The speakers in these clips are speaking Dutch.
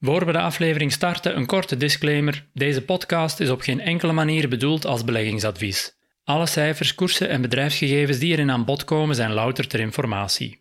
Voor we de aflevering starten, een korte disclaimer. Deze podcast is op geen enkele manier bedoeld als beleggingsadvies. Alle cijfers, koersen en bedrijfsgegevens die erin aan bod komen zijn louter ter informatie.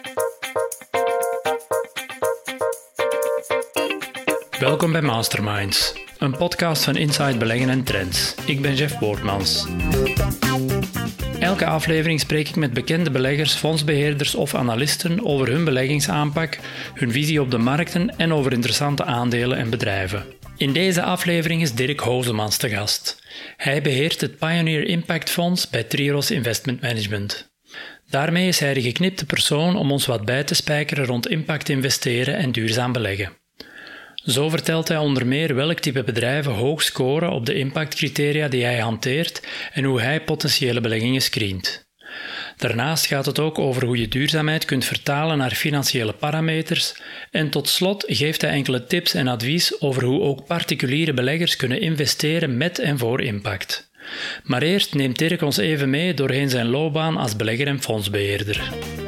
Welkom bij Masterminds, een podcast van Inside Beleggen en Trends. Ik ben Jeff Boortmans. Elke aflevering spreek ik met bekende beleggers, fondsbeheerders of analisten over hun beleggingsaanpak, hun visie op de markten en over interessante aandelen en bedrijven. In deze aflevering is Dirk Hozemans te gast. Hij beheert het Pioneer Impact Fonds bij Triodos Investment Management. Daarmee is hij de geknipte persoon om ons wat bij te spijkeren rond impact investeren en duurzaam beleggen. Zo vertelt hij onder meer welk type bedrijven hoog scoren op de impactcriteria die hij hanteert en hoe hij potentiële beleggingen screent. Daarnaast gaat het ook over hoe je duurzaamheid kunt vertalen naar financiële parameters en tot slot geeft hij enkele tips en advies over hoe ook particuliere beleggers kunnen investeren met en voor impact. Maar eerst neemt Dirk ons even mee doorheen zijn loopbaan als belegger en fondsbeheerder.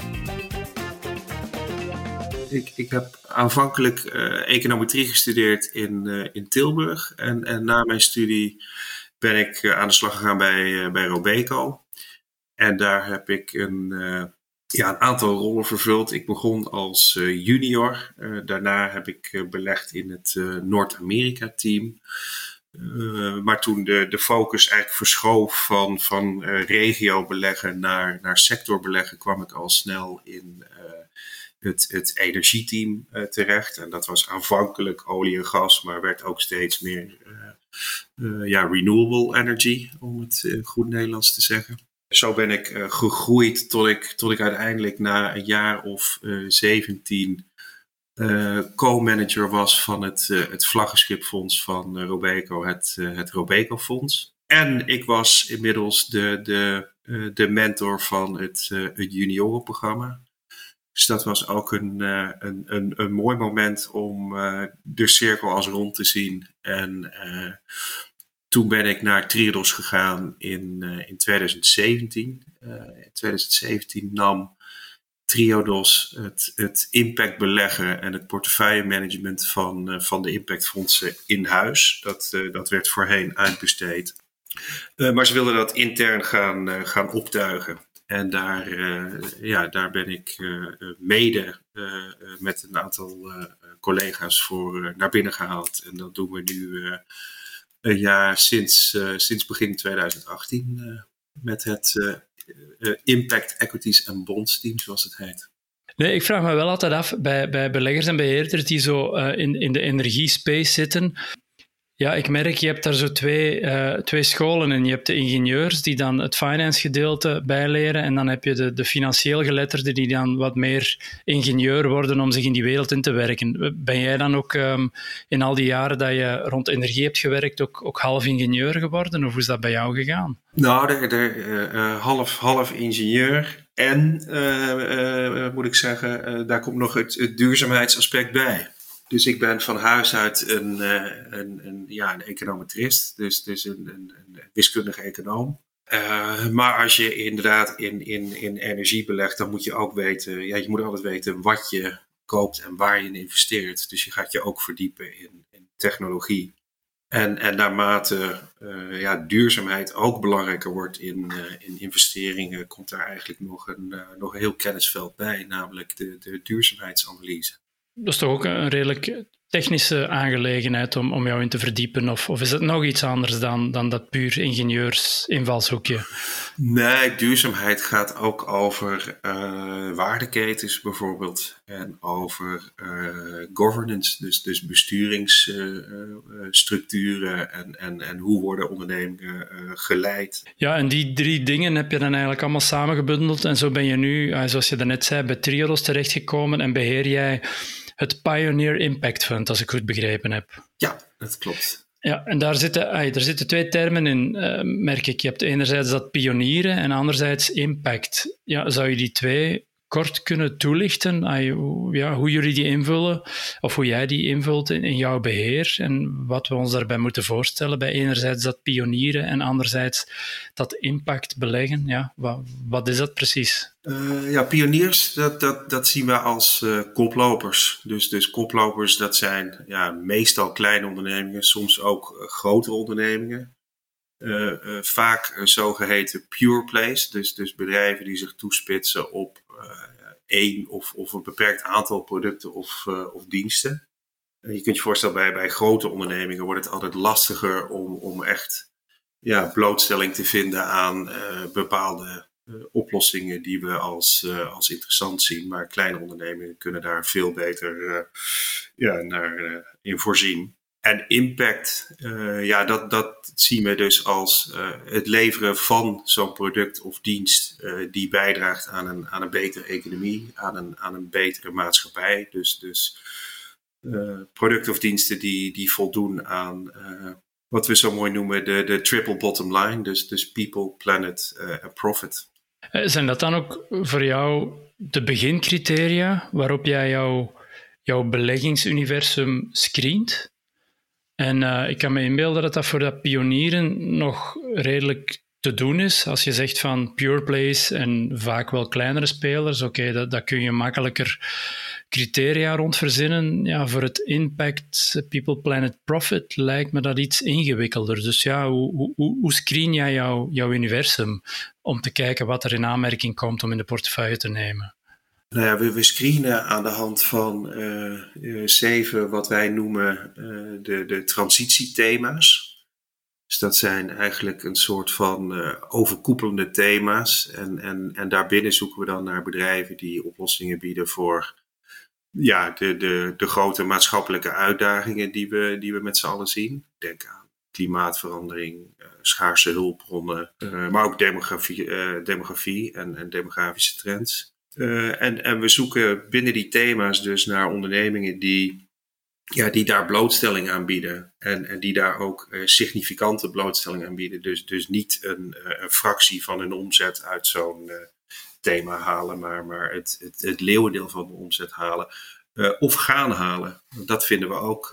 Ik heb aanvankelijk econometrie gestudeerd in Tilburg. En na mijn studie ben ik aan de slag gegaan bij Robeco. En daar heb ik een aantal rollen vervuld. Ik begon als junior. Daarna heb ik belegd in het Noord-Amerika-team. Maar toen de focus eigenlijk verschoof van regio beleggen naar sectorbeleggen, kwam ik al snel in het energieteam terecht. En dat was aanvankelijk olie en gas, maar werd ook steeds meer renewable energy, om het goed Nederlands te zeggen. Zo ben ik gegroeid tot ik uiteindelijk na een jaar of 17 co-manager was van het vlaggenschipfonds van Robeco, het Robeco Fonds. En ik was inmiddels de mentor van het juniorenprogramma. Dus dat was ook een mooi moment om de cirkel als rond te zien. En toen ben ik naar Triodos gegaan in 2017. In 2017 nam Triodos het impact beleggen en het portefeuillemanagement van de impactfondsen in huis. Dat werd voorheen uitbesteed. Maar ze wilden dat intern gaan optuigen. En daar ben ik mede met een aantal collega's voor naar binnen gehaald. En dat doen we nu een jaar sinds begin 2018 met het Impact Equities en Bonds team, zoals het heet. Nee, ik vraag me wel altijd af, bij beleggers en beheerders die zo in de energiespace zitten. Ja, ik merk, je hebt daar zo twee scholen in. Je hebt de ingenieurs die dan het finance gedeelte bijleren en dan heb je de financieel geletterden die dan wat meer ingenieur worden om zich in die wereld in te werken. Ben jij dan ook in al die jaren dat je rond energie hebt gewerkt ook half ingenieur geworden of hoe is dat bij jou gegaan? Nou, half ingenieur en moet ik zeggen, daar komt nog het duurzaamheidsaspect bij. Dus ik ben van huis uit een econometrist, dus een wiskundige econoom. Maar als je inderdaad in energie belegt, dan moet je ook weten, je moet altijd weten wat je koopt en waar je in investeert. Dus je gaat je ook verdiepen in technologie. En naarmate duurzaamheid ook belangrijker wordt in investeringen, komt daar eigenlijk nog een heel kennisveld bij, namelijk de duurzaamheidsanalyse. Dat is toch ook een redelijk technische aangelegenheid om jou in te verdiepen? Of is het nog iets anders dan dat puur ingenieursinvalshoekje? Nee, duurzaamheid gaat ook over waardeketens bijvoorbeeld. En over governance, dus besturingsstructuren en hoe worden ondernemingen geleid. Ja, en die 3 dingen heb je dan eigenlijk allemaal samengebundeld. En zo ben je nu, zoals je daarnet zei, bij Triodos terechtgekomen en beheer jij het Pioneer Impact Fund, als ik goed begrepen heb. Ja, dat klopt. Ja, en daar zitten 2 termen in, merk ik. Je hebt enerzijds dat pionieren en anderzijds impact. Ja, zou je die 2 kort kunnen toelichten hoe jullie die invullen, of hoe jij die invult in jouw beheer en wat we ons daarbij moeten voorstellen bij enerzijds dat pionieren en anderzijds dat impact beleggen? Ja, wat is dat precies? Pioniers, dat zien we als koplopers. Dus koplopers, dat zijn meestal kleine ondernemingen, soms ook grotere ondernemingen. Vaak zogeheten pure plays, dus bedrijven die zich toespitsen op één of een beperkt aantal producten of diensten. Je kunt je voorstellen, bij grote ondernemingen wordt het altijd lastiger om echt blootstelling te vinden aan bepaalde oplossingen die we als interessant zien. Maar kleine ondernemingen kunnen daar veel beter in voorzien. En impact, dat zien we dus als het leveren van zo'n product of dienst die bijdraagt aan een betere economie, aan een betere maatschappij. Dus producten of diensten die voldoen aan wat we zo mooi noemen de triple bottom line. Dus people, planet en profit. Zijn dat dan ook voor jou de begincriteria waarop jij jouw beleggingsuniversum screent? En ik kan me inbeelden dat voor dat pionieren nog redelijk te doen is. Als je zegt van pure plays en vaak wel kleinere spelers, daar kun je makkelijker criteria rond verzinnen. Ja, voor het impact, people, planet, profit lijkt me dat iets ingewikkelder. Dus ja, hoe screen jij jouw universum om te kijken wat er in aanmerking komt om in de portefeuille te nemen? Nou ja, we screenen aan de hand van 7 wat wij noemen de transitiethema's. Dus dat zijn eigenlijk een soort van overkoepelende thema's. En daarbinnen zoeken we dan naar bedrijven die oplossingen bieden voor de grote maatschappelijke uitdagingen die we met z'n allen zien. Denk aan klimaatverandering, schaarse hulpbronnen, maar ook demografie en demografische trends. En we zoeken binnen die thema's dus naar ondernemingen die daar blootstelling aan bieden. En die daar ook significante blootstelling aan bieden. Dus niet een fractie van hun omzet uit zo'n thema halen, maar het leeuwendeel van de omzet halen. Of gaan halen. Dat vinden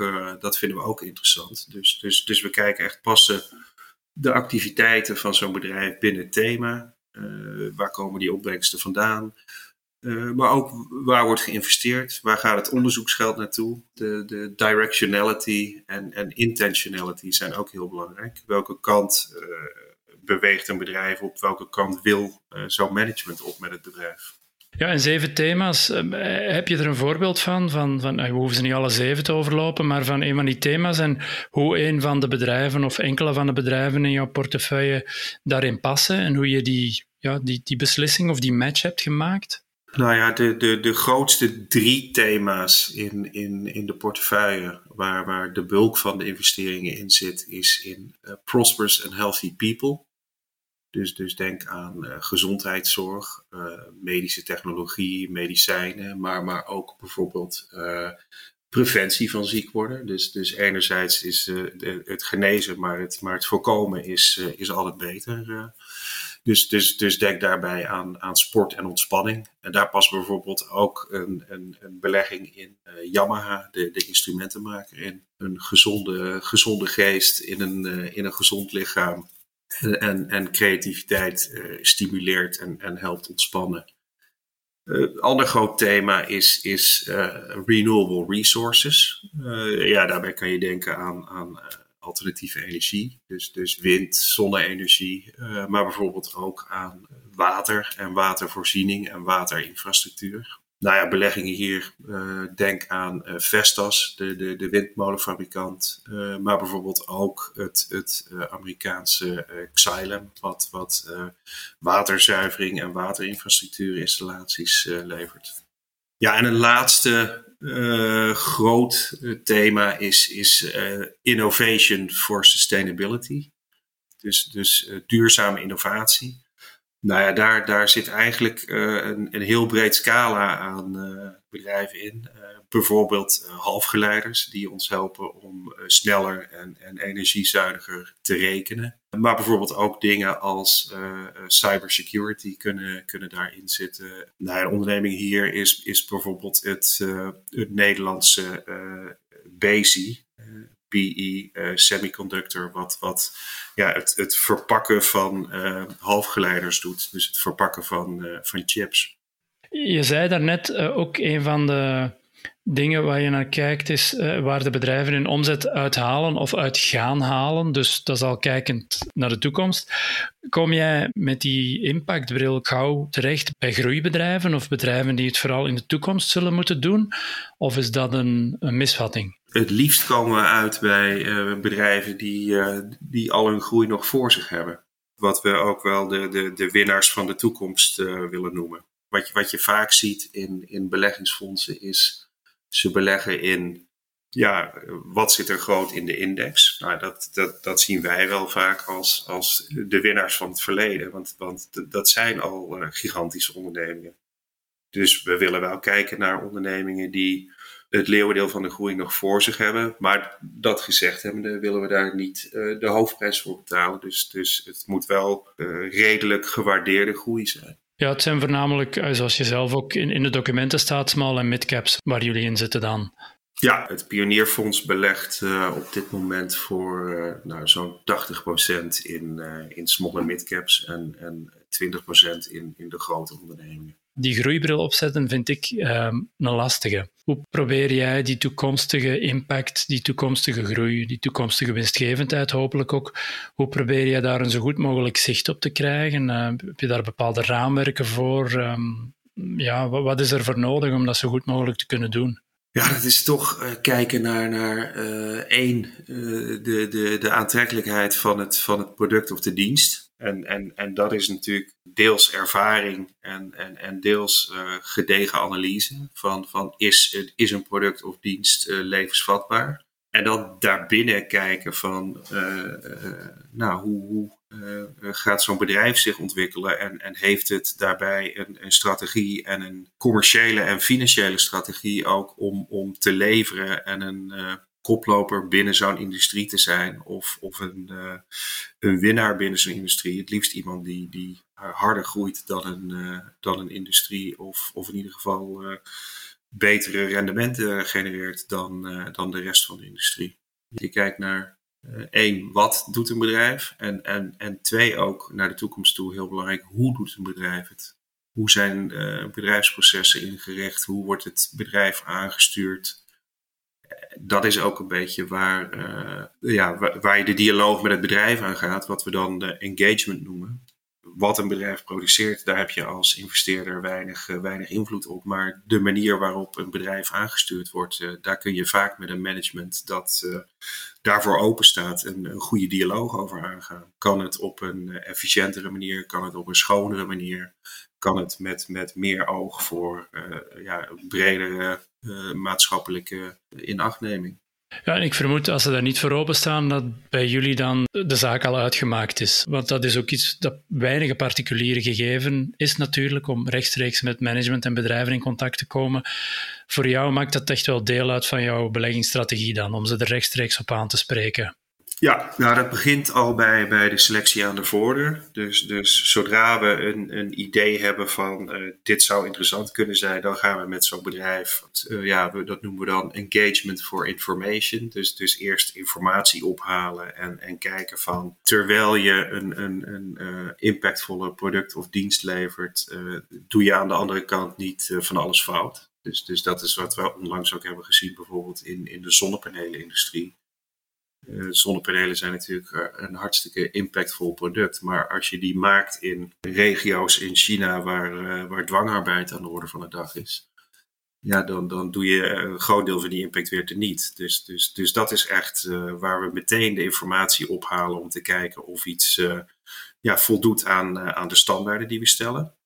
we ook interessant. Dus we kijken echt, passen de activiteiten van zo'n bedrijf binnen het thema. Waar komen die opbrengsten vandaan? Maar ook waar wordt geïnvesteerd? Waar gaat het onderzoeksgeld naartoe? De directionality en intentionality zijn ook heel belangrijk. Welke kant beweegt een bedrijf op? Welke kant wil zo'n management op met het bedrijf? Ja, en 7 thema's. Heb je er een voorbeeld van? We hoeven ze niet alle 7 te overlopen, maar van een van die thema's en hoe een van de bedrijven of enkele van de bedrijven in jouw portefeuille daarin passen en hoe je die beslissing of die match hebt gemaakt? Nou ja, de grootste 3 thema's in de portefeuille waar de bulk van de investeringen in zit, is in prosperous and healthy people. Dus denk aan gezondheidszorg, medische technologie, medicijnen, maar ook bijvoorbeeld preventie van ziek worden. Dus enerzijds is het genezen, maar het voorkomen is altijd beter. Dus denk daarbij aan sport en ontspanning. En daar past bijvoorbeeld ook een belegging in Yamaha, de instrumentenmaker, in een gezonde geest, in een gezond lichaam. En creativiteit stimuleert en helpt ontspannen. Ander groot thema is renewable resources. Daarbij kan je denken aan alternatieve energie. Dus wind, zonne-energie. Maar bijvoorbeeld ook aan water en watervoorziening en waterinfrastructuur. Nou ja, beleggingen hier, denk aan Vestas, de windmolenfabrikant. Maar bijvoorbeeld ook het Amerikaanse Xylem, wat waterzuivering en waterinfrastructuurinstallaties levert. Ja, en een laatste groot thema is innovation for sustainability. Dus duurzame innovatie. Nou ja, daar zit eigenlijk een heel breed scala aan bedrijven in. Bijvoorbeeld halfgeleiders die ons helpen om sneller en energiezuiniger te rekenen. Maar bijvoorbeeld ook dingen als cybersecurity kunnen daarin zitten. Nou, een onderneming hier is bijvoorbeeld het Nederlandse BESI. BE Semiconductor, wat het verpakken van halfgeleiders doet. Dus het verpakken van chips. Je zei daarnet ook een van de dingen waar je naar kijkt is waar de bedrijven hun omzet uithalen of uit gaan halen. Dus dat is al kijkend naar de toekomst. Kom jij met die impactbril gauw terecht bij groeibedrijven of bedrijven die het vooral in de toekomst zullen moeten doen? Of is dat een misvatting? Het liefst komen we uit bij bedrijven die al hun groei nog voor zich hebben. Wat we ook wel de winnaars van de toekomst willen noemen. Wat je vaak ziet in beleggingsfondsen is, ze beleggen in, wat zit er groot in de index? Nou, dat zien wij wel vaak als de winnaars van het verleden. Want dat zijn al gigantische ondernemingen. Dus we willen wel kijken naar ondernemingen die het leeuwendeel van de groei nog voor zich hebben. Maar dat gezegd hebbende willen we daar niet de hoofdprijs voor betalen. Dus het moet wel redelijk gewaardeerde groei zijn. Ja, het zijn voornamelijk, zoals je zelf ook in de documenten staat, small en midcaps waar jullie in zitten dan. Ja, het Pionierfonds belegt op dit moment voor zo'n 80% in small en midcaps en 20% in de grote ondernemingen. Die groeibril opzetten vind ik een lastige. Hoe probeer jij die toekomstige impact, die toekomstige groei, die toekomstige winstgevendheid hopelijk ook, hoe probeer jij daar een zo goed mogelijk zicht op te krijgen? Heb je daar bepaalde raamwerken voor? Wat is er voor nodig om dat zo goed mogelijk te kunnen doen? Ja, dat is toch kijken naar de aantrekkelijkheid van het product of de dienst. En dat is natuurlijk deels ervaring en deels gedegen analyse van is een product of dienst levensvatbaar. En dan daarbinnen kijken van hoe gaat zo'n bedrijf zich ontwikkelen en heeft het daarbij een strategie en een commerciële en financiële strategie ook om te leveren en een koploper binnen zo'n industrie te zijn of een winnaar binnen zo'n industrie. Het liefst iemand die harder groeit dan een industrie of in ieder geval betere rendementen genereert dan de rest van de industrie. Je kijkt naar 1, wat doet een bedrijf? En 2, ook naar de toekomst toe heel belangrijk, hoe doet een bedrijf het? Hoe zijn bedrijfsprocessen ingericht? Hoe wordt het bedrijf aangestuurd? Dat is ook een beetje waar je de dialoog met het bedrijf aangaat, wat we dan de engagement noemen. Wat een bedrijf produceert, daar heb je als investeerder weinig invloed op. Maar de manier waarop een bedrijf aangestuurd wordt, daar kun je vaak met een management dat daarvoor open staat een goede dialoog over aangaan. Kan het op een efficiëntere manier, kan het op een schonere manier, kan het met meer oog voor bredere maatschappelijke inachtneming. Ja, en ik vermoed als ze daar niet voor openstaan, dat bij jullie dan de zaak al uitgemaakt is. Want dat is ook iets dat weinige particulieren gegeven is natuurlijk, om rechtstreeks met management en bedrijven in contact te komen. Voor jou maakt dat echt wel deel uit van jouw beleggingsstrategie dan, om ze er rechtstreeks op aan te spreken. Ja, nou dat begint al bij de selectie aan de voordeur. Dus zodra we een idee hebben van dit zou interessant kunnen zijn, dan gaan we met zo'n bedrijf, dat noemen we dan engagement for information. Dus eerst informatie ophalen en kijken van, terwijl je een impactvolle product of dienst levert, doe je aan de andere kant niet van alles fout. Dus dat is wat we onlangs ook hebben gezien bijvoorbeeld in de zonnepanelenindustrie. Zonnepanelen zijn natuurlijk een hartstikke impactvol product. Maar als je die maakt in regio's in China waar dwangarbeid aan de orde van de dag is, ja, dan doe je een groot deel van die impact weer teniet. Dus dat is echt waar we meteen de informatie ophalen om te kijken of iets voldoet aan de standaarden die we stellen.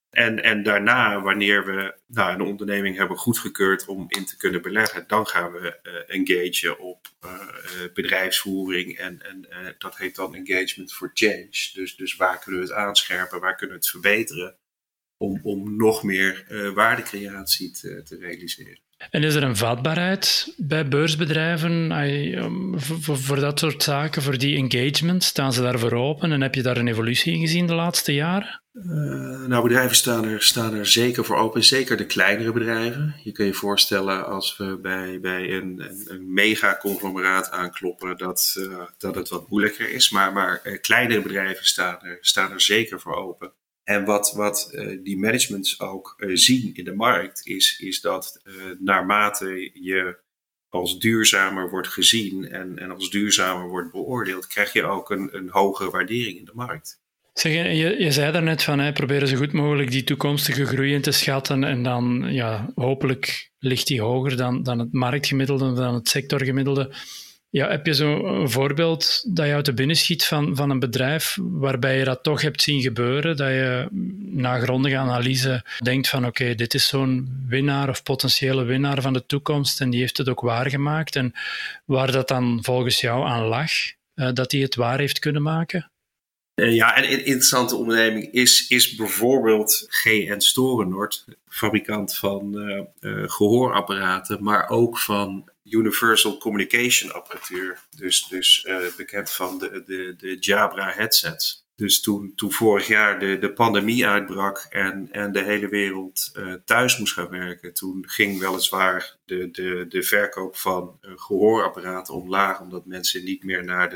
En daarna, wanneer we een onderneming hebben goedgekeurd om in te kunnen beleggen, dan gaan we engagen op bedrijfsvoering. En dat heet dan engagement for change. Dus waar kunnen we het aanscherpen, waar kunnen we het verbeteren om nog meer waardecreatie te realiseren. En is er een vatbaarheid bij beursbedrijven voor dat soort zaken, voor die engagement? Staan ze daarvoor open en heb je daar een evolutie in gezien de laatste jaren? Bedrijven staan er zeker voor open, zeker de kleinere bedrijven. Je kan je voorstellen als we bij een mega-conglomeraat aankloppen dat het wat moeilijker is. Maar kleinere bedrijven staan er zeker voor open. En wat die managements ook zien in de markt is dat naarmate je als duurzamer wordt gezien en als duurzamer wordt beoordeeld, krijg je ook een hogere waardering in de markt. Zeg, je zei daarnet van proberen zo goed mogelijk die toekomstige groei in te schatten en dan hopelijk ligt die hoger dan het marktgemiddelde, dan het sectorgemiddelde. Ja, heb je zo'n voorbeeld dat jou te binnen schiet van een bedrijf waarbij je dat toch hebt zien gebeuren, dat je na grondige analyse denkt van oké, dit is zo'n winnaar of potentiële winnaar van de toekomst en die heeft het ook waargemaakt en waar dat dan volgens jou aan lag, dat hij het waar heeft kunnen maken? En een interessante onderneming is bijvoorbeeld GN Storenord, fabrikant van gehoorapparaten, maar ook van Universal Communication apparatuur. Dus bekend van de Jabra headsets. Dus toen vorig jaar de pandemie uitbrak en de hele wereld thuis moest gaan werken, toen ging weliswaar de verkoop van gehoorapparaten omlaag, omdat mensen niet meer naar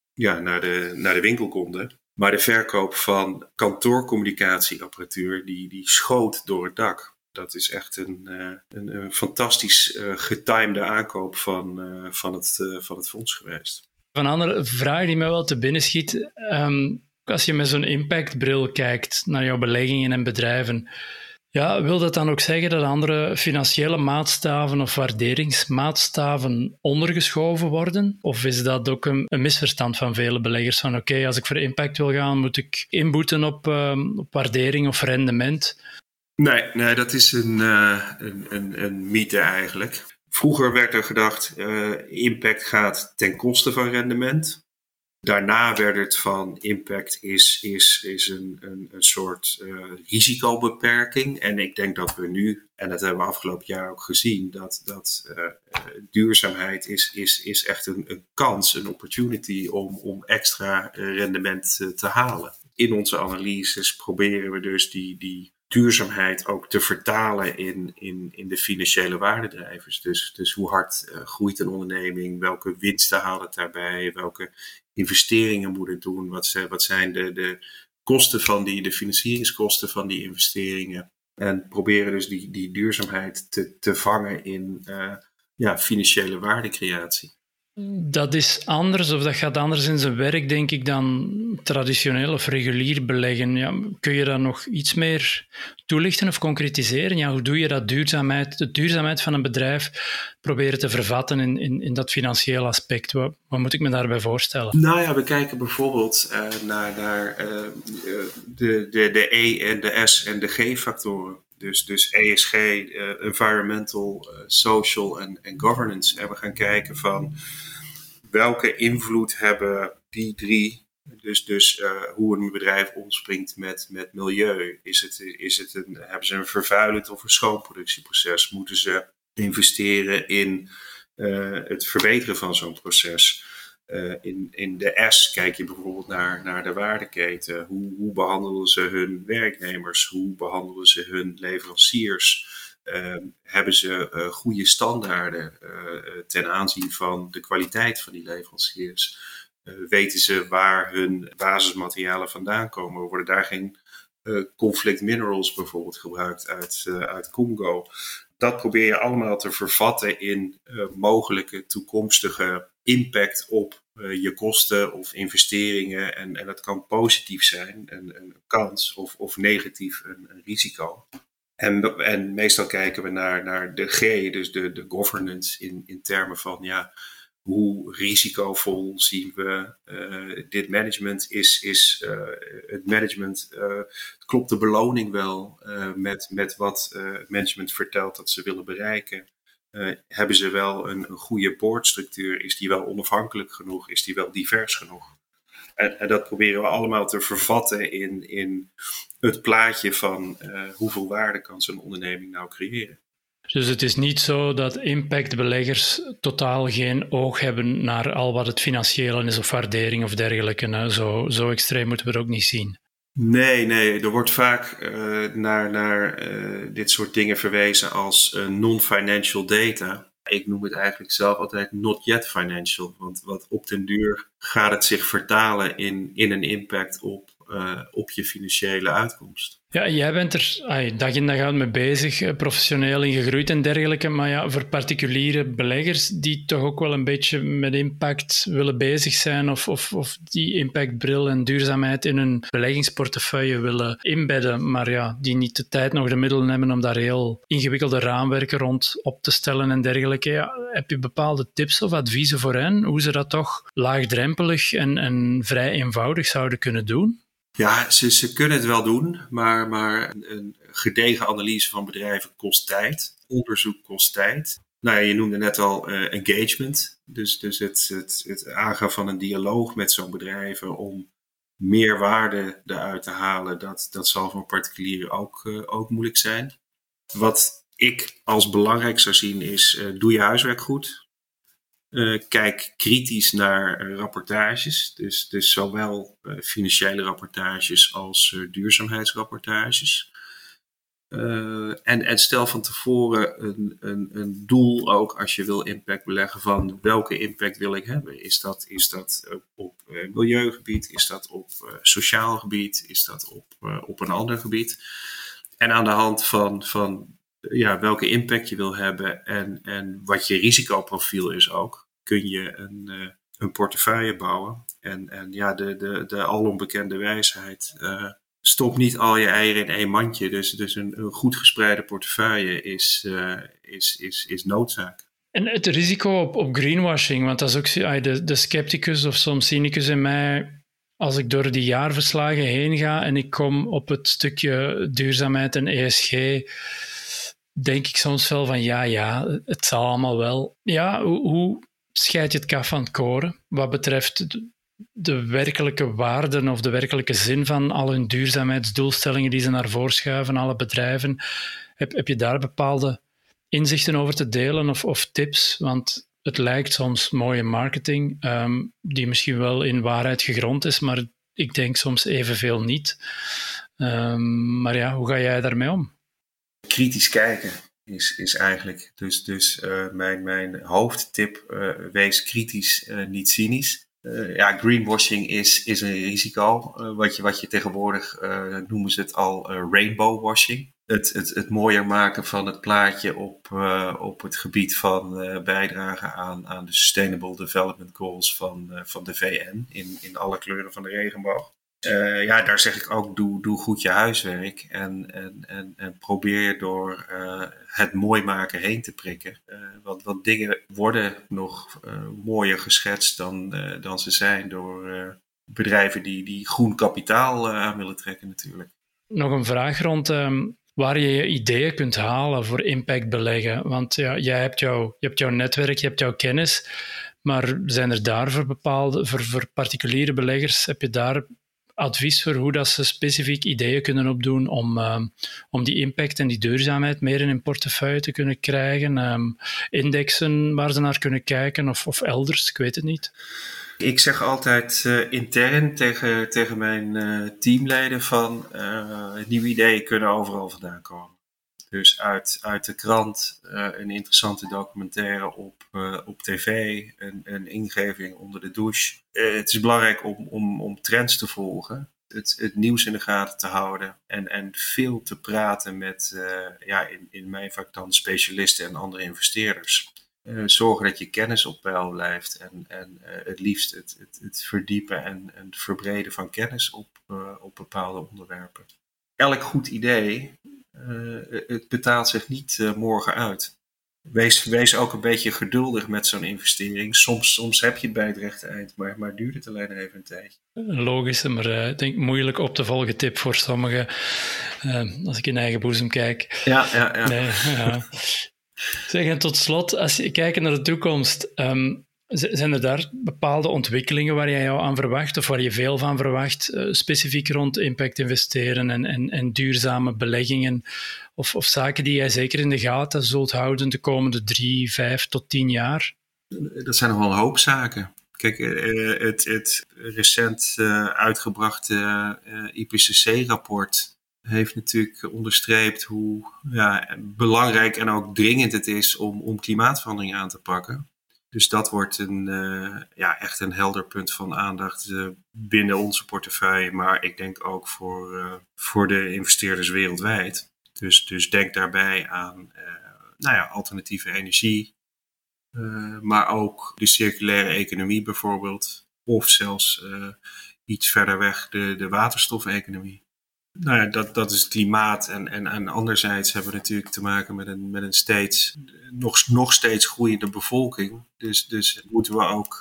de winkel konden. Maar de verkoop van kantoorcommunicatieapparatuur die schoot door het dak. Dat is echt een fantastisch getimede aankoop van het fonds geweest. Een andere vraag die mij wel te binnen schiet. Als je met zo'n impactbril kijkt naar jouw beleggingen en bedrijven, wil dat dan ook zeggen dat andere financiële maatstaven of waarderingsmaatstaven ondergeschoven worden? Of is dat ook een misverstand van vele beleggers? Van oké, als ik voor impact wil gaan, moet ik inboeten op waardering of rendement? Nee, dat is een mythe eigenlijk. Vroeger werd er gedacht, impact gaat ten koste van rendement. Daarna werd het van impact is een soort risicobeperking. En ik denk dat we nu, en dat hebben we afgelopen jaar ook gezien, dat duurzaamheid is echt een kans, een opportunity om extra rendement te halen. In onze analyses proberen we dus die duurzaamheid ook te vertalen in de financiële waardedrijvers. Dus hoe hard groeit een onderneming, welke winsten haalt het daarbij, welke investeringen moet het doen, wat zijn de kosten de financieringskosten van die investeringen. En proberen dus die duurzaamheid te vangen in financiële waardecreatie. Dat is anders, of dat gaat anders in zijn werk, denk ik, dan traditioneel of regulier beleggen. Ja, kun je dat nog iets meer toelichten of concretiseren? Ja, hoe doe je dat de duurzaamheid van een bedrijf proberen te vervatten in dat financiële aspect? Wat moet ik me daarbij voorstellen? We kijken bijvoorbeeld naar de E en de S en de G factoren. Dus ESG, environmental, social en governance. En we gaan kijken van welke invloed hebben die drie. Dus hoe een bedrijf omspringt met milieu. Hebben ze een vervuilend of een schoon productieproces? Moeten ze investeren in het verbeteren van zo'n proces? In de S kijk je bijvoorbeeld naar de waardeketen. Hoe behandelen ze hun werknemers? Hoe behandelen ze hun leveranciers? Hebben ze goede standaarden ten aanzien van de kwaliteit van die leveranciers? Weten ze waar hun basismaterialen vandaan komen? Worden daar geen conflict minerals bijvoorbeeld gebruikt uit Congo? Dat probeer je allemaal te vervatten in mogelijke toekomstige impact op je kosten of investeringen. En dat kan positief zijn, een kans, of negatief, een risico. En meestal kijken we naar de G, dus de governance in termen van hoe risicovol zien we dit management? Het management, klopt de beloning wel met wat het management vertelt dat ze willen bereiken? Hebben ze wel een goede boardstructuur? Is die wel onafhankelijk genoeg? Is die wel divers genoeg? En dat proberen we allemaal te vervatten in het plaatje van hoeveel waarde kan zo'n onderneming nou creëren. Dus het is niet zo dat impactbeleggers totaal geen oog hebben naar al wat het financiële is of waardering of dergelijke. Zo extreem moeten we het ook niet zien. Nee. Er wordt vaak naar dit soort dingen verwezen als non-financial data. Ik noem het eigenlijk zelf altijd not yet financial. Want op den duur gaat het zich vertalen in een impact op je financiële uitkomst. Ja, jij bent er dag in dag uit mee bezig, professioneel in gegroeid en dergelijke. Maar ja, voor particuliere beleggers die toch ook wel een beetje met impact willen bezig zijn of die impactbril en duurzaamheid in hun beleggingsportefeuille willen inbedden, maar ja, die niet de tijd nog de middelen hebben om daar heel ingewikkelde raamwerken rond op te stellen en dergelijke. Ja, heb je bepaalde tips of adviezen voor hen, hoe ze dat toch laagdrempelig en vrij eenvoudig zouden kunnen doen? Ja, ze kunnen het wel doen, maar een gedegen analyse van bedrijven kost tijd. Onderzoek kost tijd. Nou ja, je noemde net al engagement. Dus het aangaan van een dialoog met zo'n bedrijven om meer waarde eruit te halen, dat zal voor particulieren ook moeilijk zijn. Wat ik als belangrijk zou zien is, doe je huiswerk goed. Kijk kritisch naar rapportages, dus zowel financiële rapportages als duurzaamheidsrapportages. En stel van tevoren een doel ook als je wil impact beleggen van welke impact wil ik hebben. Is dat op milieugebied? Is dat op sociaal gebied? Is dat op een ander gebied? En aan de hand van welke impact je wil hebben en wat je risicoprofiel is ook, kun je een portefeuille bouwen. En ja, de alombekende wijsheid, stop niet al je eieren in één mandje. Dus een goed gespreide portefeuille is noodzaak. En het risico op greenwashing, want dat is ook de scepticus of soms cynicus in mij. Als ik door die jaarverslagen heen ga en ik kom op het stukje duurzaamheid en ESG, denk ik soms wel van ja, het zal allemaal wel. Ja, hoe scheid je het kaf van het koren wat betreft de werkelijke waarden of de werkelijke zin van al hun duurzaamheidsdoelstellingen die ze naar voren schuiven, alle bedrijven? Heb je daar bepaalde inzichten over te delen of tips? Want het lijkt soms mooie marketing, die misschien wel in waarheid gegrond is, maar ik denk soms evenveel niet. Maar ja, hoe ga jij daarmee om? Kritisch kijken is eigenlijk. Dus mijn hoofdtip, wees kritisch, niet cynisch. Greenwashing is een risico. Wat je tegenwoordig noemen ze het al rainbowwashing. Het mooier maken van het plaatje op het gebied van bijdragen aan de Sustainable Development Goals van de VN in alle kleuren van de regenboog. Daar zeg ik ook, doe goed je huiswerk en probeer door het mooi maken heen te prikken. Want dingen worden nog mooier geschetst dan ze zijn door bedrijven die groen kapitaal aan willen trekken natuurlijk. Nog een vraag rond waar je ideeën kunt halen voor impact beleggen. Want ja, je hebt jouw netwerk, je hebt jouw kennis, maar zijn er daar voor particuliere beleggers, heb je daar advies voor hoe dat ze specifiek ideeën kunnen opdoen om die impact en die duurzaamheid meer in hun portefeuille te kunnen krijgen? Indexen waar ze naar kunnen kijken of elders, ik weet het niet. Ik zeg altijd intern tegen mijn teamleden van nieuwe ideeën kunnen overal vandaan komen. Dus uit de krant, een interessante documentaire op tv, een ingeving onder de douche. Het is belangrijk om trends te volgen, het nieuws in de gaten te houden en veel te praten met, in mijn vak dan specialisten en andere investeerders. Zorgen dat je kennis op peil blijft en het liefst het verdiepen en het verbreden van kennis op bepaalde onderwerpen. Elk goed idee, het betaalt zich niet morgen uit. wees ook een beetje geduldig met zo'n investering. Soms heb je het bij het rechte eind, maar duurt het alleen even een tijdje. Logisch, maar ik denk moeilijk op te volgen tip voor sommigen. Als ik in eigen boezem kijk. Ja. Nee, ja. Zeg, en tot slot, als je kijkt naar de toekomst, zijn er daar bepaalde ontwikkelingen waar jij jou aan verwacht of waar je veel van verwacht, specifiek rond impact investeren en duurzame beleggingen of zaken die jij zeker in de gaten zult houden de komende 3, 5 tot 10 jaar? Dat zijn nog wel een hoop zaken. Kijk, het recent uitgebrachte IPCC-rapport heeft natuurlijk onderstreept hoe belangrijk en ook dringend het is om klimaatverandering aan te pakken. Dus dat wordt echt een helder punt van aandacht binnen onze portefeuille, maar ik denk ook voor de investeerders wereldwijd. Dus denk daarbij aan alternatieve energie, maar ook de circulaire economie bijvoorbeeld, of zelfs iets verder weg de waterstofeconomie. Nou ja, dat is het klimaat en anderzijds hebben we natuurlijk te maken met een steeds, nog steeds groeiende bevolking. Dus moeten we ook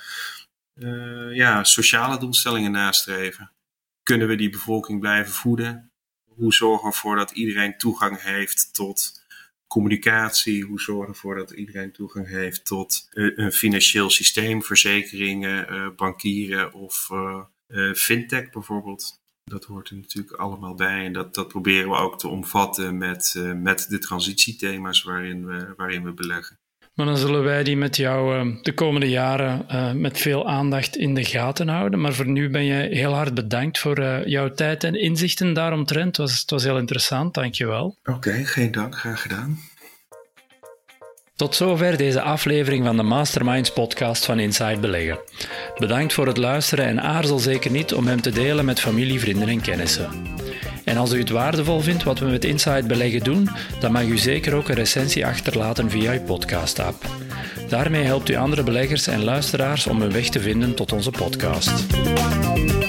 sociale doelstellingen nastreven. Kunnen we die bevolking blijven voeden? Hoe zorgen we ervoor dat iedereen toegang heeft tot communicatie? Hoe zorgen we ervoor dat iedereen toegang heeft tot een financieel systeem, verzekeringen, bankieren of fintech bijvoorbeeld? Dat hoort er natuurlijk allemaal bij en dat proberen we ook te omvatten met de transitiethema's waarin we beleggen. Maar dan zullen wij die met jou de komende jaren met veel aandacht in de gaten houden. Maar voor nu ben je heel hard bedankt voor jouw tijd en inzichten daaromtrent. Het was heel interessant, dankjewel. Oké, geen dank, graag gedaan. Tot zover deze aflevering van de Masterminds podcast van Inside Beleggen. Bedankt voor het luisteren en aarzel zeker niet om hem te delen met familie, vrienden en kennissen. En als u het waardevol vindt wat we met Inside Beleggen doen, dan mag u zeker ook een recensie achterlaten via uw podcast-app. Daarmee helpt u andere beleggers en luisteraars om hun weg te vinden tot onze podcast.